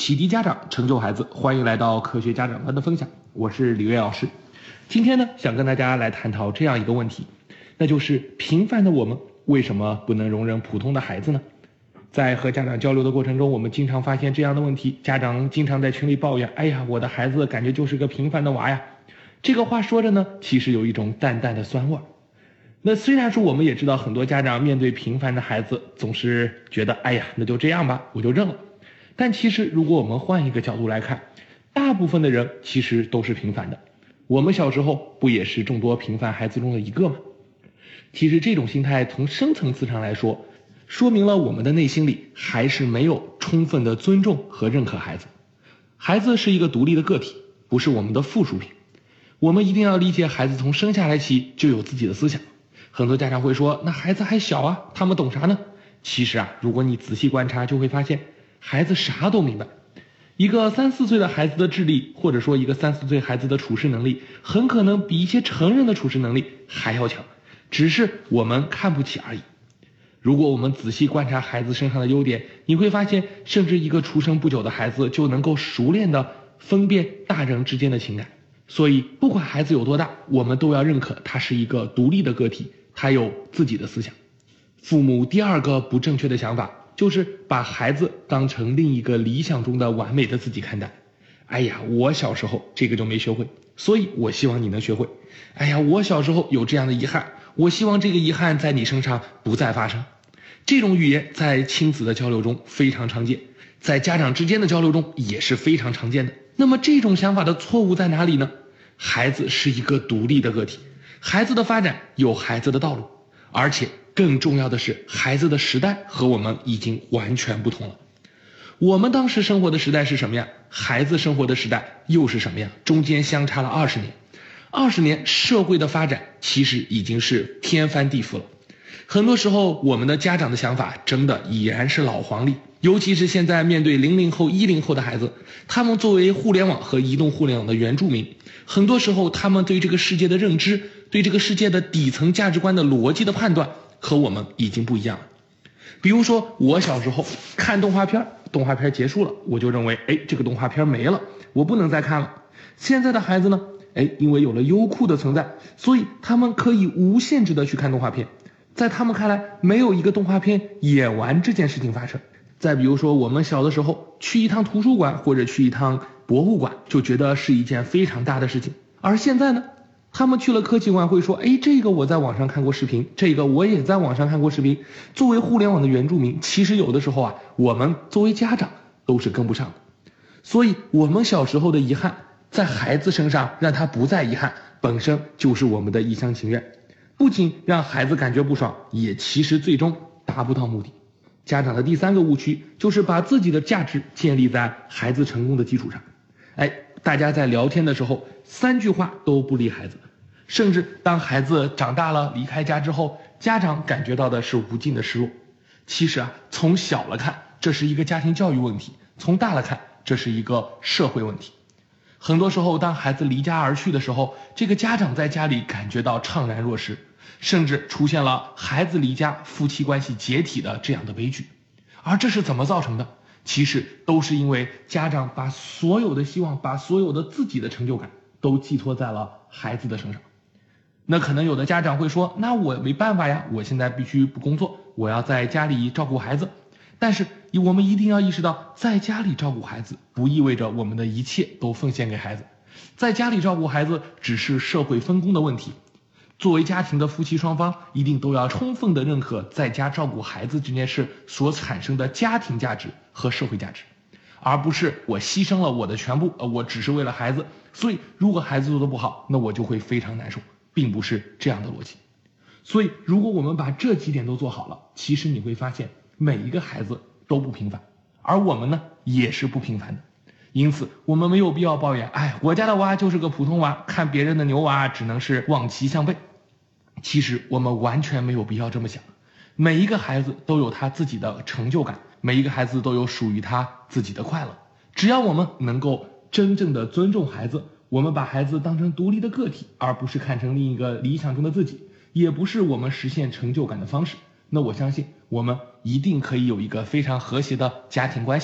启迪家长，成就孩子，欢迎来到科学家长观的分享，我是李岳老师。今天呢，想跟大家来探讨这样一个问题，那就是平凡的我们为什么不能容忍普通的孩子呢？在和家长交流的过程中，我们经常发现这样的问题，家长经常在群里抱怨，哎呀，我的孩子感觉就是个平凡的娃呀。这个话说着呢，其实有一种淡淡的酸味。那虽然说我们也知道很多家长面对平凡的孩子总是觉得，哎呀，那就这样吧，我就认了。但其实如果我们换一个角度来看，大部分的人其实都是平凡的。我们小时候不也是众多平凡孩子中的一个吗？其实这种心态从深层次上来说，说明了我们的内心里还是没有充分的尊重和认可孩子。孩子是一个独立的个体，不是我们的附属品。我们一定要理解孩子从生下来起就有自己的思想。很多家长会说，那孩子还小啊，他们懂啥呢？其实啊，如果你仔细观察，就会发现孩子啥都明白。一个3、4岁的孩子的智力，或者说一个3、4岁孩子的处事能力，很可能比一些成人的处事能力还要强，只是我们看不起而已。如果我们仔细观察孩子身上的优点，你会发现，甚至一个出生不久的孩子就能够熟练地分辨大人之间的情感。所以不管孩子有多大，我们都要认可他是一个独立的个体，他有自己的思想。父母第二个不正确的想法，就是把孩子当成另一个理想中的完美的自己看待。哎呀，我小时候这个就没学会，所以我希望你能学会。哎呀，我小时候有这样的遗憾，我希望这个遗憾在你身上不再发生。这种语言在亲子的交流中非常常见，在家长之间的交流中也是非常常见的。那么这种想法的错误在哪里呢？孩子是一个独立的个体，孩子的发展有孩子的道路，而且更重要的是，孩子的时代和我们已经完全不同了。我们当时生活的时代是什么样？孩子生活的时代又是什么样？中间相差了20年。20年，社会的发展其实已经是天翻地覆了。很多时候，我们的家长的想法真的已然是老黄历，尤其是现在面对00后、10后的孩子，他们作为互联网和移动互联网的原住民，很多时候他们对这个世界的认知，对这个世界的底层价值观的逻辑的判断和我们已经不一样了。比如说我小时候看动画片结束了，我就认为这个动画片没了，我不能再看了。现在的孩子呢，因为有了优酷的存在，所以他们可以无限制的去看动画片。在他们看来，没有一个动画片演完这件事情发生。再比如说我们小的时候去一趟图书馆或者去一趟博物馆，就觉得是一件非常大的事情。而现在呢，他们去了科技馆会说，这个我在网上看过视频，这个我也在网上看过视频。作为互联网的原住民，其实有的时候啊，我们作为家长都是跟不上的。所以我们小时候的遗憾，在孩子身上让他不再遗憾，本身就是我们的一厢情愿，不仅让孩子感觉不爽，也其实最终达不到目的。家长的第3个误区，就是把自己的价值建立在孩子成功的基础上。大家在聊天的时候3句话都不理孩子，甚至当孩子长大了离开家之后，家长感觉到的是无尽的失落。其实啊，从小了看，这是一个家庭教育问题，从大了看，这是一个社会问题。很多时候当孩子离家而去的时候，这个家长在家里感觉到怅然若失，甚至出现了孩子离家夫妻关系解体的这样的悲剧。而这是怎么造成的？其实都是因为家长把所有的希望，把所有的自己的成就感都寄托在了孩子的身上。那可能有的家长会说，那我没办法呀，我现在必须不工作，我要在家里照顾孩子。但是我们一定要意识到，在家里照顾孩子不意味着我们的一切都奉献给孩子，在家里照顾孩子只是社会分工的问题。作为家庭的夫妻双方，一定都要充分的认可在家照顾孩子这件事所产生的家庭价值和社会价值，而不是我牺牲了我的全部，我只是为了孩子，所以如果孩子做得不好，那我就会非常难受，并不是这样的逻辑。所以如果我们把这几点都做好了，其实你会发现每一个孩子都不平凡，而我们呢也是不平凡的。因此我们没有必要抱怨，我家的娃就是个普通娃，看别人的牛娃只能是望其项背。其实我们完全没有必要这么想，每一个孩子都有他自己的成就感，每一个孩子都有属于他自己的快乐。只要我们能够真正的尊重孩子，我们把孩子当成独立的个体，而不是看成另一个理想中的自己，也不是我们实现成就感的方式，那我相信我们一定可以有一个非常和谐的家庭关系。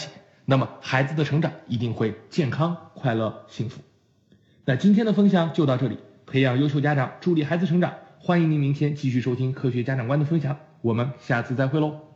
那么孩子的成长一定会健康、快乐、幸福。那今天的分享就到这里，培养优秀家长，助力孩子成长。欢迎您明天继续收听科学家长观的分享，我们下次再会喽。